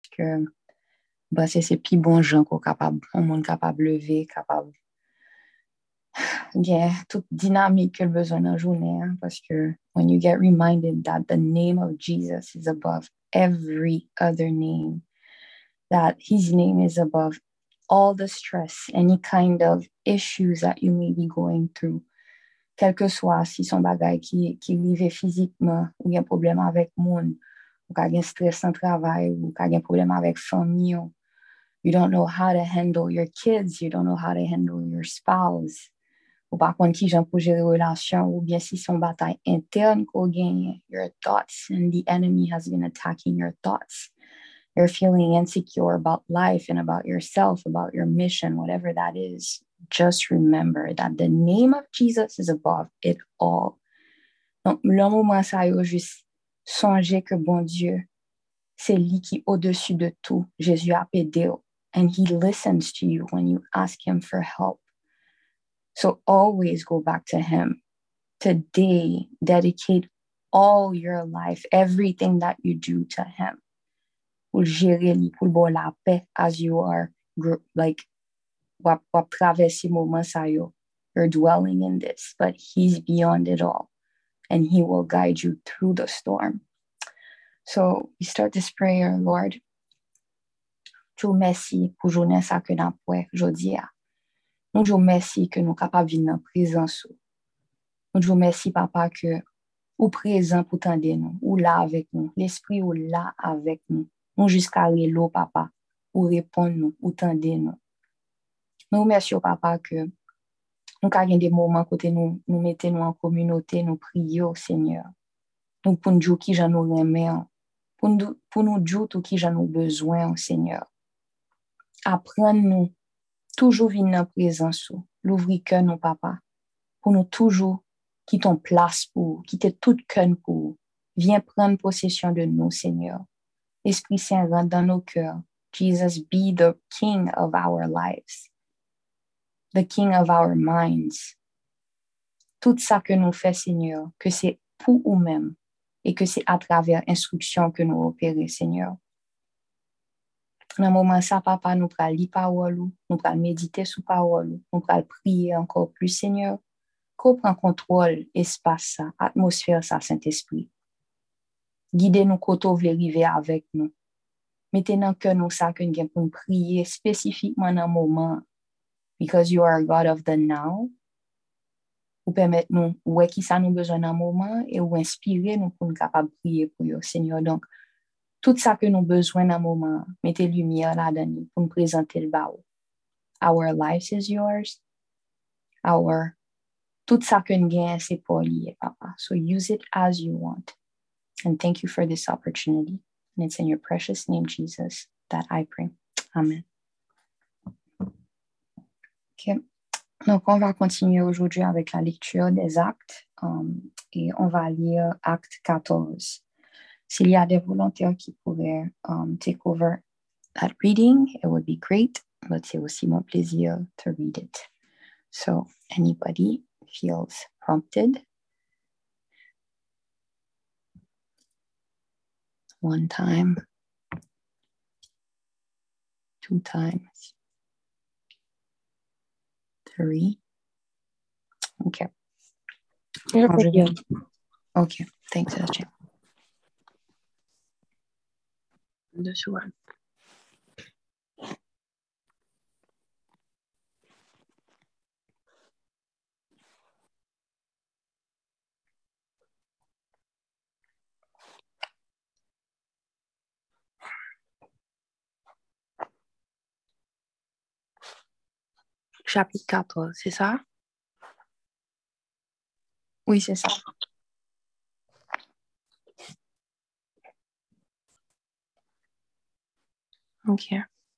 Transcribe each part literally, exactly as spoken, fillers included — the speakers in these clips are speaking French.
que bah, c'est ces petits bons gens qu'on est capable, un monde capable de lever, capable yeah, toute dynamique que le besoin dans la journée, hein, parce que when you get reminded that the name of Jesus is above every other name, that his name is above all the stress, any kind of issues that you may be going through, quel que soit si son bagay qui, qui rive physiquement, ou un problème avec moun, ou qu'il y a un stress en travail, ou qu'il y a un problème avec famille, you don't know how to handle your kids, you don't know how to handle your spouse, ou par contre qui j'en pour gérer relation, ou bien si son bataille interne qu'on gagne, your thoughts, and the enemy has been attacking your thoughts. You're feeling insecure about life and about yourself, about your mission, whatever that is. Just remember that the name of Jesus is above it all. Donc, le moment ça y est, juste songer que bon Dieu, c'est lui qui est au-dessus de tout. Jésus a aidé, and he listens to you when you ask him for help. So always go back to him. Today, dedicate all your life, everything that you do to him. Pour gérer, pour le la paix as you are like wap wap traverser moment sa yo. You're dwelling in this, but he's beyond it all, and he will guide you through the storm. So we start this prayer, Lord. Dieu merci pour journée ça que n'a poué jodi a. Nous Dieu merci que nous capable vivre dans présence. Nous Dieu merci papa que ou présent pour tendre nous, ou là avec nous, l'esprit ou là avec nous. Nous jusqu'à l'eau papa, ou répondre nous, ou tendre nous. Nous remercions papa que nous avons des moments côté nous nous mettons nous en communauté, nous prions au Seigneur. Nous pour nous dire qui j'en nous remet, pour nous pour nous dire tout qui j'en nous besoin au Seigneur. Apprendre nous toujours venir en présence, l'ouvrir cœur nous papa, pour nous toujours quitter ton place pour, quitter toute cœur pour, viens prendre possession de nous Seigneur. Esprit Saint rentre dans nos cœurs. Jesus, be the king of our lives, the king of our minds. Tout ça que nous faisons, Seigneur, que c'est pour nous-mêmes et que c'est à travers l'instruction que nous opérons, Seigneur. Dans le moment ça, papa, nous prenons lire parole, nous prenons méditer sur parole, nous prenons prier encore plus, Seigneur. Qu'on prend contrôle, espace, ça, atmosphère, ça, Saint-Esprit. Guidez-nous quand vous voulez arriver avec nous. Mettez dans le cœur nous ça que nous pour prier spécifiquement dans le moment. Because you are a God of the now. Vous permettez nous, ouais, qui ça nous besoin dans le moment et vous inspirez nous pour nous capables de prier pour vous, Seigneur. Donc, tout ça que nous besoin dans le moment, mettez lumière là-dedans pour nous présenter le bas. Our lives is yours. Our, tout ça que nous gagnons, c'est pour lier, Papa. So use it as you want. And thank you for this opportunity. And it's in your precious name, Jesus, that I pray. Amen. Okay. Donc, on va continuer aujourd'hui avec la lecture des actes um, et on va lire acte quatorze. S'il y a des volontaires qui pourraient um, take over that reading, it would be great, but c'est aussi mon plaisir to read it. So, anybody feels prompted? One time, two times, three. Okay. Okay, thanks, S J. Deux secondes. Chapitre quatorze, c'est ça? Oui, c'est ça. OK.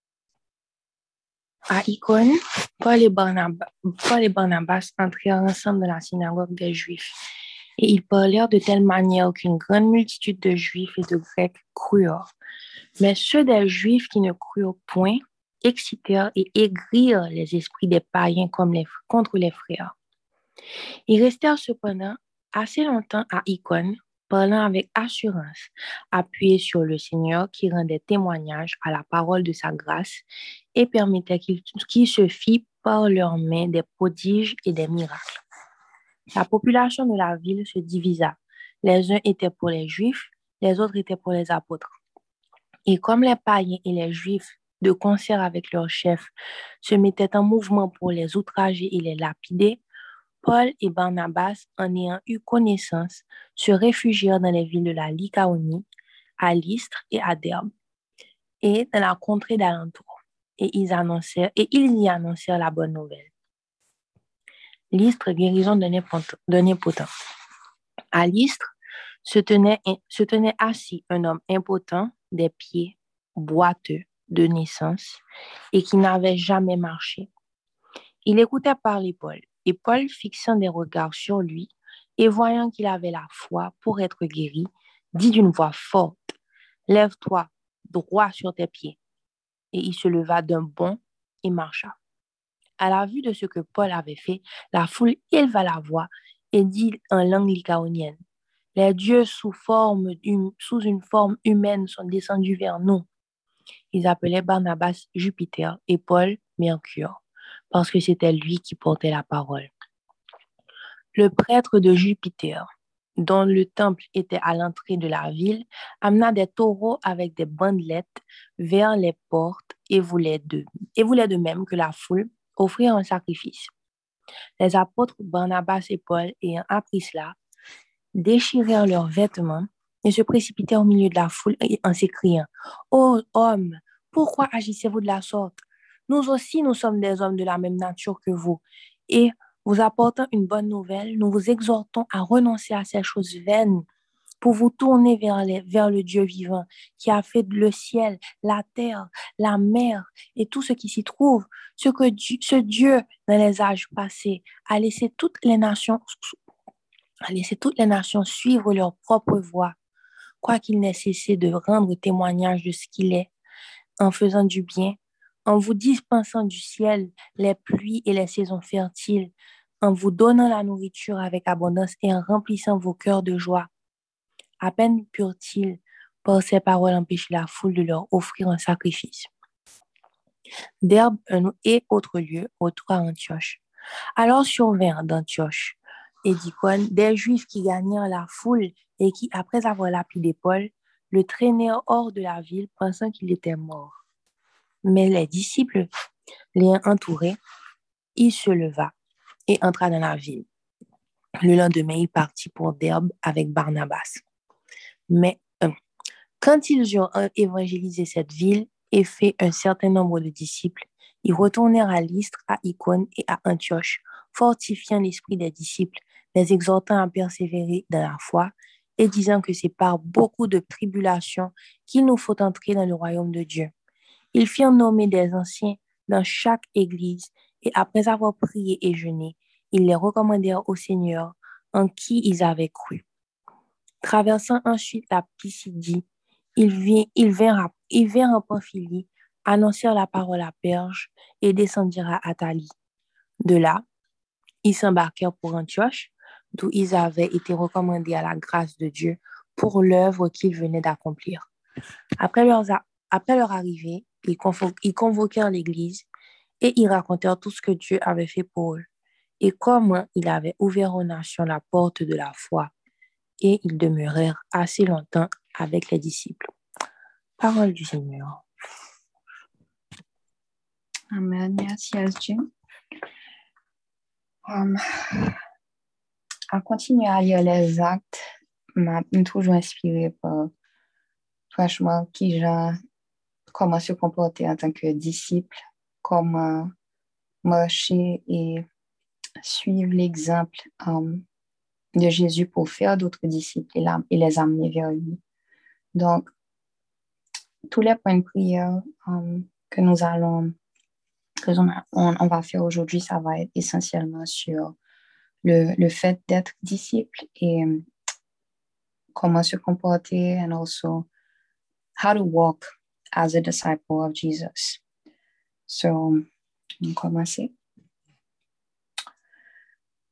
À Icône, Paul et Barnabas, Paul et Barnabas entrèrent ensemble dans la synagogue des Juifs. Et ils parlèrent de telle manière qu'une grande multitude de Juifs et de Grecs crurent. Mais ceux des Juifs qui ne crurent point excitèrent et aigrirent les esprits des païens comme les, contre les frères. Ils restèrent cependant assez longtemps à Icône, parlant avec assurance, appuyé sur le Seigneur qui rendait témoignage à la parole de sa grâce et permettait qu'il qu'il se fît par leurs mains des prodiges et des miracles. La population de la ville se divisa. Les uns étaient pour les Juifs, les autres étaient pour les apôtres. Et comme les païens et les Juifs, de concert avec leurs chefs, se mettaient en mouvement pour les outrager et les lapider, Paul et Barnabas, en ayant eu connaissance, se réfugièrent dans les villes de la Lycaonie, à Lystre et à Derbe, et dans la contrée d'alentour. Et ils annoncèrent, et ils y annoncèrent la bonne nouvelle. Lystre, guérison d'un impotent. d'un impotent. À Lystre se tenait, se tenait assis un homme impotent, des pieds boiteux de naissance, et qui n'avait jamais marché. Il écoutait parler Paul, et Paul, fixant des regards sur lui, et voyant qu'il avait la foi pour être guéri, dit d'une voix forte, « Lève-toi, droit sur tes pieds. » Et il se leva d'un bond et marcha. À la vue de ce que Paul avait fait, la foule éleva la voix et dit en langue lycaonienne, « Les dieux sous, forme, hum, sous une forme humaine sont descendus vers nous. » Ils appelaient Barnabas Jupiter et Paul Mercure, parce que c'était lui qui portait la parole. Le prêtre de Jupiter, dont le temple était à l'entrée de la ville, amena des taureaux avec des bandelettes vers les portes et voulait de, et voulait de même que la foule offrir un sacrifice. Les apôtres Barnabas et Paul, ayant appris cela, déchirèrent leurs vêtements et se précipitèrent au milieu de la foule en s'écriant, « Ô hommes, pourquoi agissez-vous de la sorte? Nous aussi, nous sommes des hommes de la même nature que vous. Et vous apportant une bonne nouvelle, nous vous exhortons à renoncer à ces choses vaines pour vous tourner vers, les, vers le Dieu vivant qui a fait le ciel, la terre, la mer et tout ce qui s'y trouve. Ce que Dieu, ce Dieu, dans les âges passés, a laissé toutes les nations, a laissé toutes les nations suivre leur propre voie, quoiqu'il n'ait cessé de rendre témoignage de ce qu'il est, en faisant du bien, en vous dispensant du ciel les pluies et les saisons fertiles, en vous donnant la nourriture avec abondance et en remplissant vos cœurs de joie. À peine purent-ils, par ces paroles, empêcher la foule de leur offrir un sacrifice. D'Herbe et autres lieux, autour à Antioche. Alors survinrent d'Antioche et d'Icône des Juifs qui gagnèrent la foule et qui, après avoir lapidé Paul, le traînèrent hors de la ville, pensant qu'il était mort. Mais les disciples, l'ayant entouré, il se leva et entra dans la ville. Le lendemain, il partit pour Derbe avec Barnabas. Mais euh, quand ils eurent évangélisé cette ville et fait un certain nombre de disciples, ils retournèrent à Lystre, à Icône et à Antioche, fortifiant l'esprit des disciples, les exhortant à persévérer dans la foi et disant que c'est par beaucoup de tribulations qu'il nous faut entrer dans le royaume de Dieu. Ils firent nommer des anciens dans chaque église et après avoir prié et jeûné, ils les recommandèrent au Seigneur en qui ils avaient cru. Traversant ensuite la Pisidie, ils, vi- ils, vinrent, à- ils vinrent en Pamphylie, annoncèrent la parole à Perge et descendirent à Athalie. De là, ils s'embarquèrent pour Antioche, d'où ils avaient été recommandés à la grâce de Dieu pour l'œuvre qu'ils venaient d'accomplir. Après, leurs a- après leur arrivée, ils, convo- ils convoquèrent l'Église et ils racontèrent tout ce que Dieu avait fait pour eux et comment il avait ouvert aux nations la porte de la foi. Et ils demeurèrent assez longtemps avec les disciples. Parole du Seigneur. Amen. Merci, Asjin. Um, en continuant à lire les actes, m'a toujours inspiré par, franchement, qui genre, comment se comporter en tant que disciple, comment marcher et suivre l'exemple um, de Jésus pour faire d'autres disciples et, la, et les amener vers lui. Donc, tous les points de prière um, que nous allons, que on, on, on va faire aujourd'hui, ça va être essentiellement sur le, le fait d'être disciple et um, comment se comporter and also how to walk as a disciple of Jesus. So, on va commencer.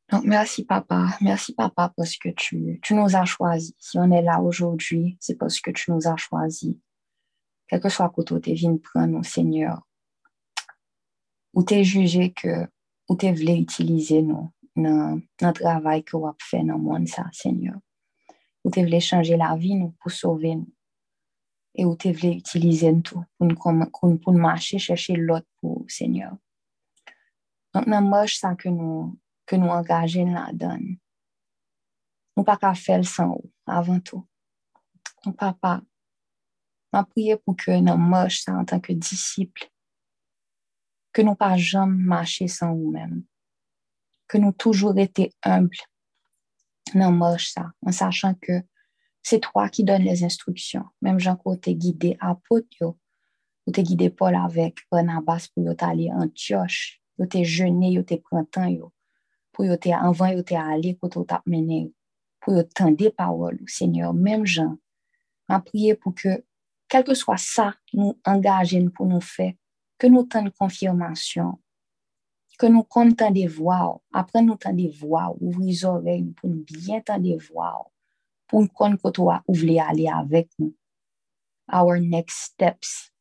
Donc, merci, papa. Merci, papa, parce que tu, tu nous as choisis. Si on est là aujourd'hui, c'est parce que tu nous as choisis. Quel que soit côté où tu viens prendre, nous, Seigneur, ou tu jugé que, ou tu voulu utiliser nous dans le travail que vous fait dans le monde, ça, Seigneur. Ou tu voulu changer la vie, nous, pour sauver nous. Et où tu voulu utiliser nous tout pour nous, pour, pour nous marcher, chercher l'autre pour Seigneur. Donc, dans le marche, ça que nous, que nous engageons là-dedans. Nous pas qu'à faire sans vous, avant tout. Donc, papa, je prie pour que nous marche ça en tant que disciples, que nous pas jamais marcher sans vous-même, que nous toujours été humbles dans marche ça, en sachant que c'est toi qui donnes les instructions. Même Jean quand t'es guidé apôtre, ou t'es guidé Paul avec Barnabas pour y aller en Antioche, ou t'es jeûné, ou t'es printemps, yo, pour y aller avant, y aller pour t'as mené, pour y tendre parole, Seigneur, même Jean, m'a prié pour que, quel que soit ça, nous engager pour nous faire, que nous tenions confirmation, que nous comptons des voix, après nous tendons des voix, ouvrir les oreilles pour nous bien tendre des voix, pour nous connaître que toi, ouvrir aller avec nous. Our next steps.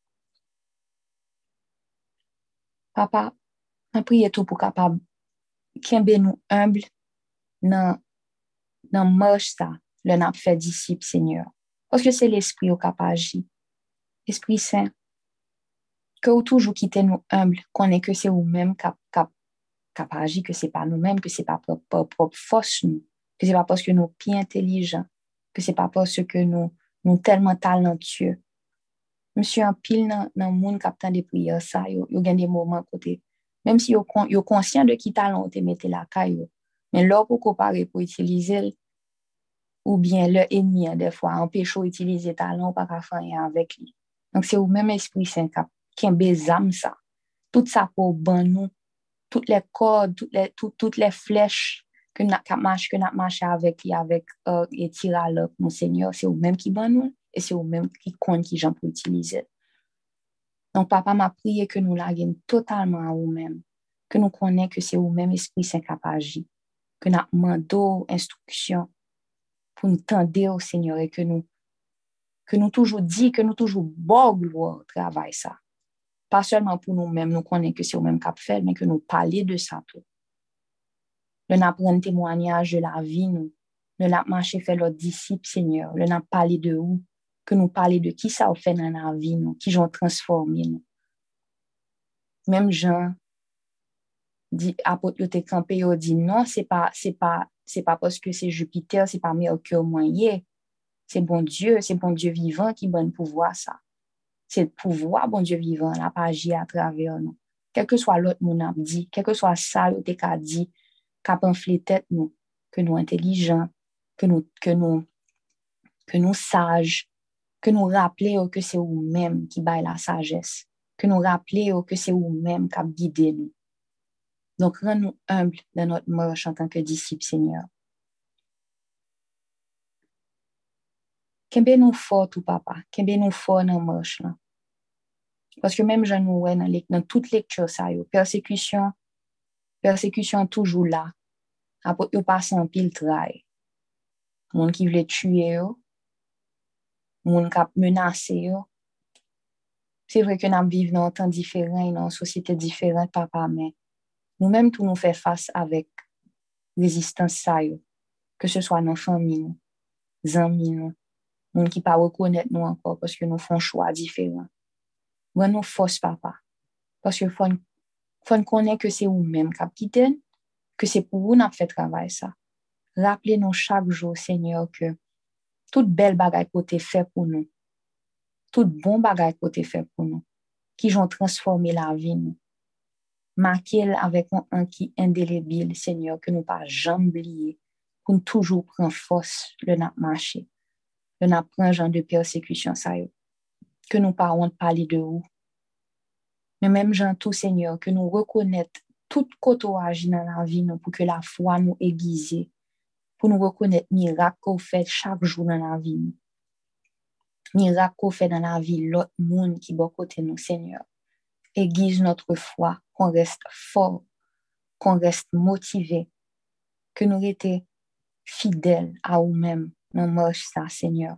Papa, m'a prié tout pour capable, qu'il nous humble dans, dans marche ça, le n'a fait disciple, Seigneur. Parce que c'est l'esprit au capable agir. Esprit Saint, que vous toujours quittez nous humbles, qu'on est que c'est vous-même qui cap, cap agir, que c'est pas nous-mêmes, que c'est pas propre, propre force nous, que c'est pas parce que nous plus intelligents, que c'est pas parce que nous, nous tellement talentueux. Monsieur en pile dans dans monde captant des prières ça, yo yo gagne des moments côté, même si yo yo conscient de qui talent te mettre la caille, mais là pour comparer pour utiliser ou bien le ennemi des fois empêche utiliser talent pas qu'à faire avec lui. Donc c'est au même esprit saint cap qui embésame ça. Tout ça pour ban nous, toutes les cordes, toutes les tout, toutes les flèches que n'a marche que n'a marché avec lui avec euh, et tirer à l'autre mon Seigneur, c'est au même qui ban nous et c'est au même qui compte qui j'en pour utiliser. Donc, papa m'a prié que nous laguions totalement à nous-mêmes, que nous connaissons que c'est vous-même Esprit Saint qui agit, que nous demandons instruction pour nous tendre au Seigneur et que nous, que nous toujours dit, que nous toujours bon gloire travail ça. Pas seulement pour nous-mêmes, nous connaissons que c'est vous-même qui fait, mais que nous parler de ça tout. Le n'a prendre témoignage de la vie, nous. Le n'a marché faire l'autre disciple, Seigneur. Le n'a parlé de où, que nous parler de qui ça a fait dans la vie, nous, qui ont transformé, nous. Même Jean, dit apôtre te campé yo dit non c'est pas c'est pas c'est pas parce que c'est Jupiter c'est pas Mercure moyen c'est bon Dieu c'est bon Dieu vivant qui donne pouvoir ça c'est le pouvoir bon Dieu vivant là pas agir à travers nous quel que soit l'autre mon a dit quel que soit ça yo te ka dit qu'a pamphlet tête nous que nous intelligents que nous que nous que nous sages que nous rappeler que c'est vous-même qui baille la sagesse que nous rappeler que c'est vous-même qui guide nous. Donc, rends-nous humbles dans notre marche en tant que disciples, Seigneur. Kembe nous fort, tout papa. Kembe nous fort dans la marche. Là. Parce que même je nous vois dans, dans toute lecture, ça, yo, persécution, persécution toujours là. Après, yo passe en pile trail. Moun qui veut tuer, yo. Moun qui menace, yo. C'est vrai que nous vivons dans un temps différent, dans une société différente, papa, mais nous-mêmes, tout nous fait face avec résistance, ça, yo. Que ce soit nos familles, nos amis, nous. Moun qui pas reconnaître nous encore parce que nous font choix différents. Bon, nous force papa. Parce que faut faut connaître que c'est vous-même capitaine, que c'est pour vous n'a fait travail ça. Rappelez-nous chaque jour, Seigneur, que toute belle bagaille que tu fait pour nous, toute bon bagaille que tu fait pour nous, qui ont transformé la vie nous. Marquez avec un qui indélébile, Seigneur, que nous pas jamais oublier, pour nous toujours prendre force le n'a marché. Le n'a prend genre de persécution ça yo. Que nous pas honte parler de vous. Mais même Jean tout Seigneur, que nous reconnaître tout côté agit dans la vie nous pour que la foi nous aiguise, pour nous reconnaître miracle qu'on fait chaque jour dans la vie nous. Miracle qu'on fait dans la vie l'autre monde qui bon côté nous Seigneur. Aiguise notre foi, qu'on reste fort, qu'on reste motivé, que nous étions fidèles à nous-mêmes dans la marche, ça, Seigneur.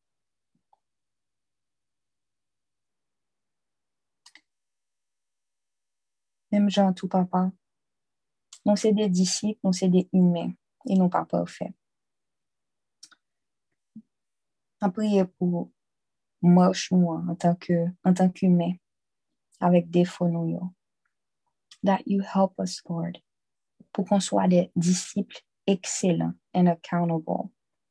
Même Jean, tout papa, nous sommes des disciples, nous sommes des humains et nous pas parfaits. On prie pour marche nous en tant que en tant qu'humains avec défaut nous. That you help us, Lord, pour qu'on soit des disciples excellents and accountable.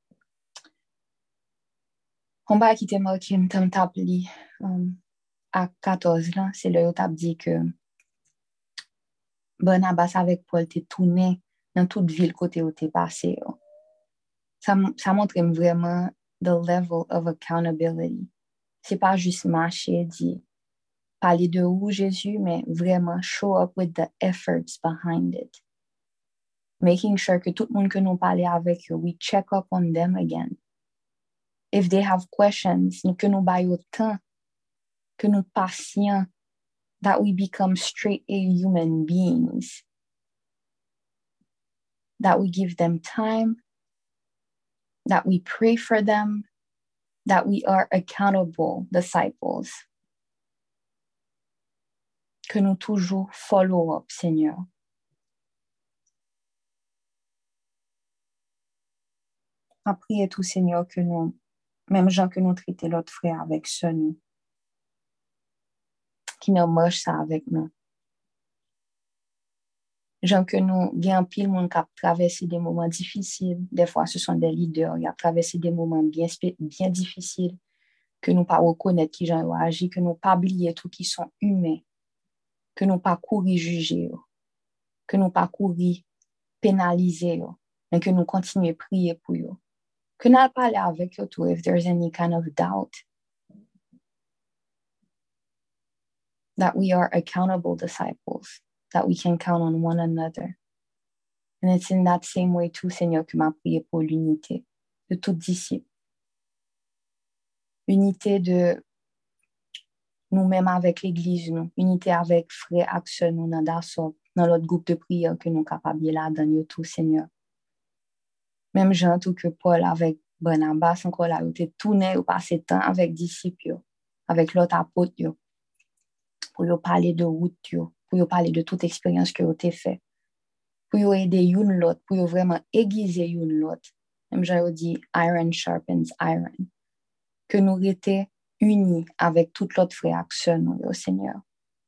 Combat qui te marqué, m'tam t'appli um, à quatorze là, c'est là où t'as dit que Barnabas avec Paul t'es tourné dans toute ville côté où t'es passé. Yo. Ça, ça montre vraiment the level of accountability. C'est pas juste marcher, dire, parler de où Jésus, mais vraiment show up with the efforts behind it. Making sure que tout le monde que nous parlons avec, we check up on them again. If they have questions, que nous baillons temps, que nous patients, that we become straight A human beings, that we give them time, that we pray for them, that we are accountable disciples. Que nous toujours follow up, Seigneur. À prier tout, Seigneur, que nous, même gens que nous traitons l'autre frère avec ce nous, qui ne marche ça avec nous. Gens que nous, bien pile, monde qui a traversé des moments difficiles. Des fois, ce sont des leaders, ils ont traversé des moments bien, bien difficiles, que nous pas reconnaître qui gens ont agi, que nous pas oublier tout qui sont humains, que nous pas courir juger, que nous pas courir pénaliser, mais que nous continuons à prier pour eux. Que nous parler avec eux tout, if there's any kind of doubt, that we are accountable disciples, that we can count on one another. And it's in that same way too, Seigneur, que m'a prié pour l'unité de tous disciples. Unité de nous-mêmes avec l'Église, nous. Unité avec frères et sœurs, nous, dans Dassop, dans l'autre groupe de prière que nous sommes capables de là, dans tout, Seigneur. Même Jean, tout que Paul avec Barnabas, encore là, où tu tourné ou passé temps avec disciples, avec l'autre apôtre, pour y parler de route, pour y parler de toute expérience que vous avez fait, pour y aider une l'autre, pour y vraiment aiguiser une l'autre. Même Jean dit, iron sharpens iron. Que nous étions unis avec toute l'autre frère action, nous, au Seigneur.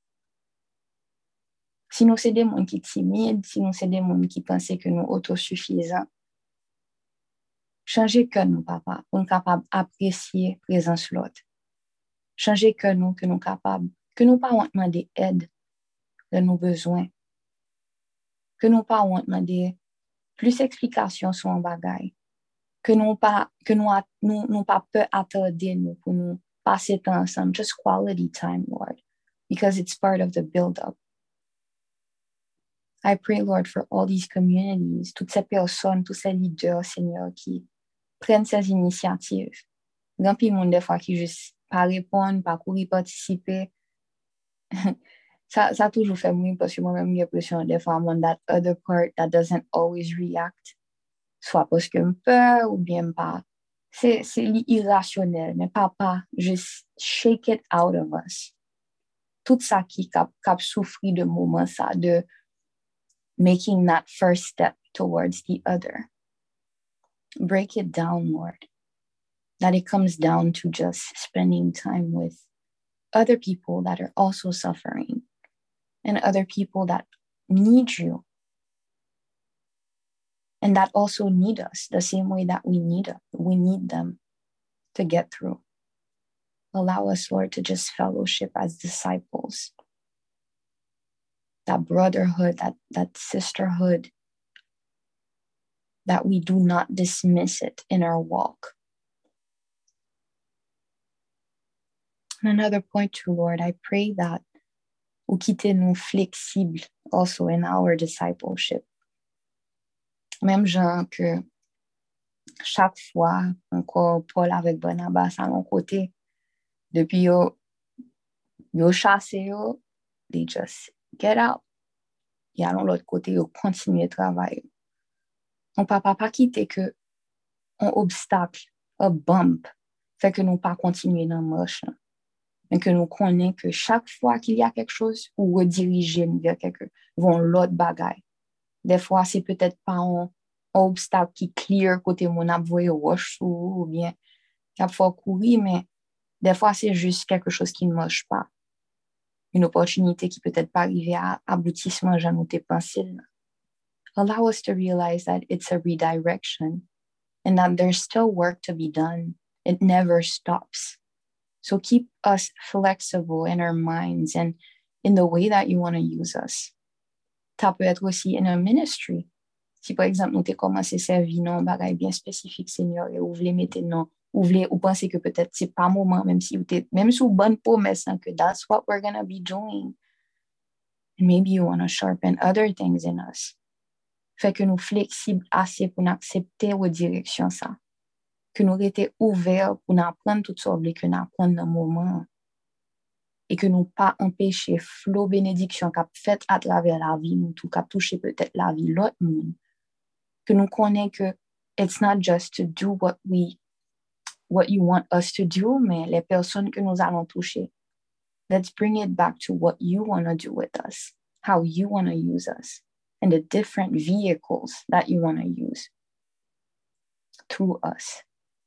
Si nous sommes des gens qui sont timides, si nous sommes des gens qui pensent que nous sommes autosuffisants, changez que nous, papa, pour nous capables d'apprécier la présence de l'autre. Changez que nous, que nous capables, que nous pas demander aide de nos besoins, que nous pas demander plus d'explications sur un bagage, que nous pas que nous nous, nous pas peur attarder nous pour nous passer temps ensemble, just quality time, Lord, because it's part of the build-up. I pray, Lord, for all these communities, toutes ces personnes, tous ces leaders, Seigneur, qui prennent ces initiatives. Grand pile monde des fois qui juste pas répondre, pas courir participer. ça, ça a toujours fait moi parce que moi-même j'ai l'impression des fois I'm on that other part that doesn't always react. Soit parce que me peur ou bien pas. C'est, c'est irrationnel, mais papa, just shake it out of us. Tout ça qui cap, cap souffri de moments ça, de making that first step towards the other. Break it down, Lord. That it comes down to just spending time with other people that are also suffering and other people that need you and that also need us the same way that we need them. We need them to get through. Allow us, Lord, to just fellowship as disciples. That brotherhood, that, that sisterhood, that we do not dismiss it in our walk. And another point too, Lord, I pray that ou quitter nous flexibles also in our discipleship. Même genre que chaque fois, encore Paul avec Barnabas à mon côté, depuis yo, yo chassé yo, they just get out. Et à l'autre côté, yo continue le travail. On papa pas quitter que un obstacle, un bump, fait que nous pas continuer dans marche, mais que nous connaissons que chaque fois qu'il y a quelque chose, ou rediriger vers quelque, vers l'autre bagaille. Des fois, c'est peut-être pas un, un obstacle qui clear côté mon aboué roche ou bien qu'il faut courir, mais des fois, c'est juste quelque chose qui ne marche pas. Une opportunité qui peut-être pas arriver à aboutissement, j'en ai pensé. Allow us to realize that it's a redirection and that there's still work to be done. It never stops. So keep us flexible in our minds and in the way that you want to use us. Ça peut être aussi in a ministry. Si par exemple, nous t'es commencé à servir non bagaille bien spécifique, Seigneur, et vous voulez mettre non, vous voulez, vous pensez que peut-être c'est pas moment, même si vous êtes, même sous bonne promesse, hein, que that's what we're gonna be doing. And maybe you want to sharpen other things in us. Fait que nous flexibles assez pour accepter vos directions, ça. Que nous étions ouverts pour apprendre toutes sortes que nous apprenons dans le moment. Et que nous pas empêcher flot bénédiction qu'a fait à travers la vie, nous tout qu'a touché peut-être la vie l'autre monde. Que nous connaissons que it's not just to do what we, what you want us to do, mais les personnes que nous allons toucher. Let's bring it back to what you want to do with us, how you want to use us, and the different vehicles that you want to use through us.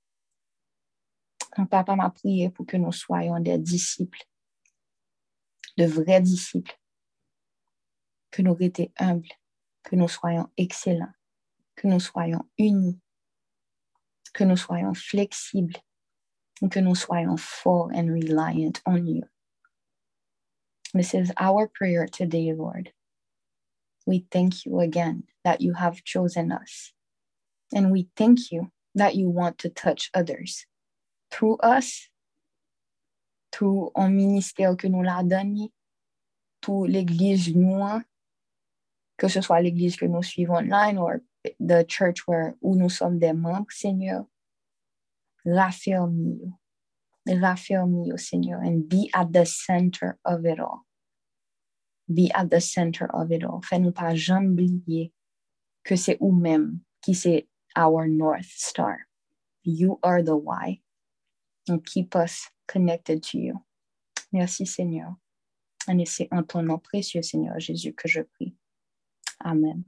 Donc, Papa m'a prié pour que nous soyons des disciples, de vrais disciples, que nous restions humbles, que nous soyons excellents, que nous soyons unis, que nous soyons flexibles, et que nous soyons forts and reliant on you. This is our prayer today, Lord. We thank you again that you have chosen us. And we thank you that you want to touch others through us, through un ministère que nous l'a donné, through l'église nous, que ce soit l'église que nous suivons online or the church where, où nous sommes des membres, Seigneur. Raffermis, raffermis, Seigneur, and be at the center of it all. Be at the center of it all. Fais-nous pas jamais oublier que c'est vous-même qui c'est our North Star. You are the why. And keep us connected to you. Merci, Seigneur. Et c'est en ton nom précieux, Seigneur Jésus, que je prie. Amen.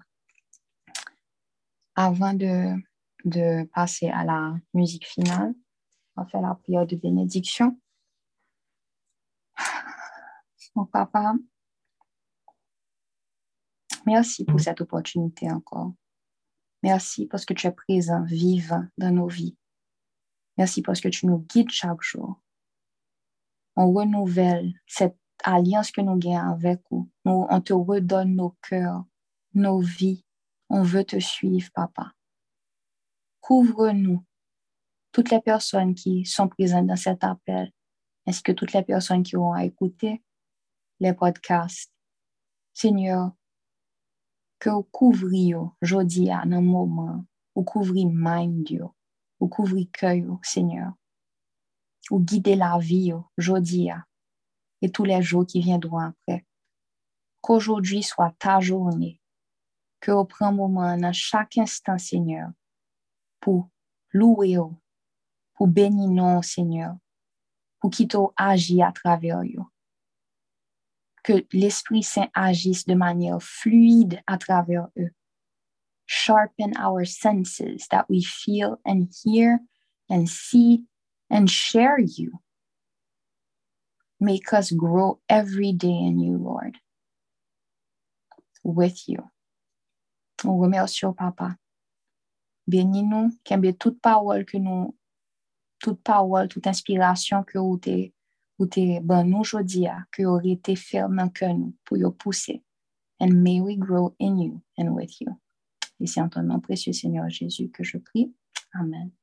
Avant de, de passer à la musique finale, on va faire la prière de bénédiction. Mon papa, merci pour cette opportunité encore. Merci parce que tu es présent, vivant dans nos vies. Merci parce que tu nous guides chaque jour. On renouvelle cette alliance que nous gagnons avec vous. Nous, on te redonne nos cœurs, nos vies. On veut te suivre, papa. Couvre-nous, toutes les personnes qui sont présentes dans cet appel, ainsi que toutes les personnes qui auront à écouter les podcasts. Seigneur, que vous couvriez aujourd'hui à un moment, vous couvriez mind you, vous couvriez cœur, Seigneur. Vous guidez la vie aujourd'hui et tous les jours qui viendront après. Qu'aujourd'hui soit ta journée, que vous preniez un moment dans chaque instant, Seigneur, pour louer, pour bénir nous, Seigneur, pour qu'il agisse à travers vous. Que l'Esprit Saint agisse de manière fluide à travers eux. Sharpen our senses that we feel and hear and see and share you. Make us grow every day in you, Lord. With you. On remercie au Papa. Bénis-nous, qu'aimez toute parole que nous, toute parole, toute inspiration que vous t'es, vous t'es bon nous aujourd'hui, que vous été ferme dans que nous, pour vous pousser. And may we grow in you and with you. Et c'est en ton nom précieux, Seigneur Jésus, que je prie. Amen.